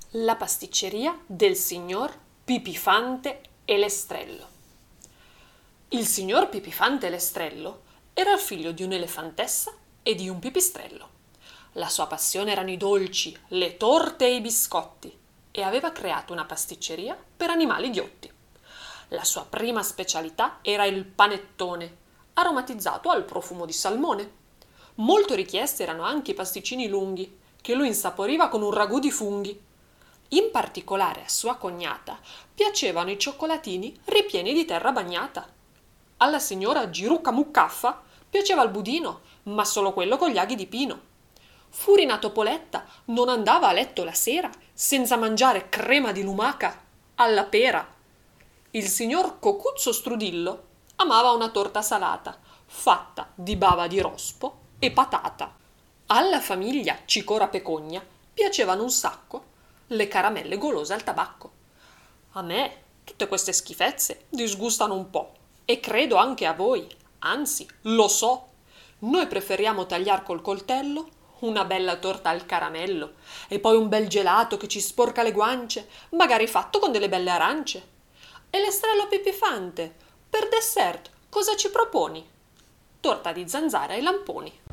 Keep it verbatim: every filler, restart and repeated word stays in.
La pasticceria del signor Pipifante e Lestrello. Il signor Pipifante e Lestrello era il figlio di un'elefantessa e di un pipistrello. La sua passione erano i dolci, le torte e i biscotti e aveva creato una pasticceria per animali ghiotti. La sua prima specialità era il panettone, aromatizzato al profumo di salmone. Molto richiesti erano anche i pasticcini lunghi, che lui insaporiva con un ragù di funghi. In particolare a sua cognata piacevano i cioccolatini ripieni di terra bagnata. Alla signora Girucca Muccaffa piaceva il budino, ma solo quello con gli aghi di pino. Furina Topoletta non andava a letto la sera senza mangiare crema di lumaca alla pera. Il signor Cocuzzo Strudillo amava una torta salata, fatta di bava di rospo e patata. Alla famiglia Cicora Pecogna piacevano un sacco le caramelle golose al tabacco. A me tutte queste schifezze disgustano un po', e credo anche a voi, anzi, lo so. Noi preferiamo tagliar col coltello una bella torta al caramello e poi un bel gelato che ci sporca le guance, magari fatto con delle belle arance. E Lestrello Pipifante, per dessert cosa ci proponi? Torta di zanzara e lamponi.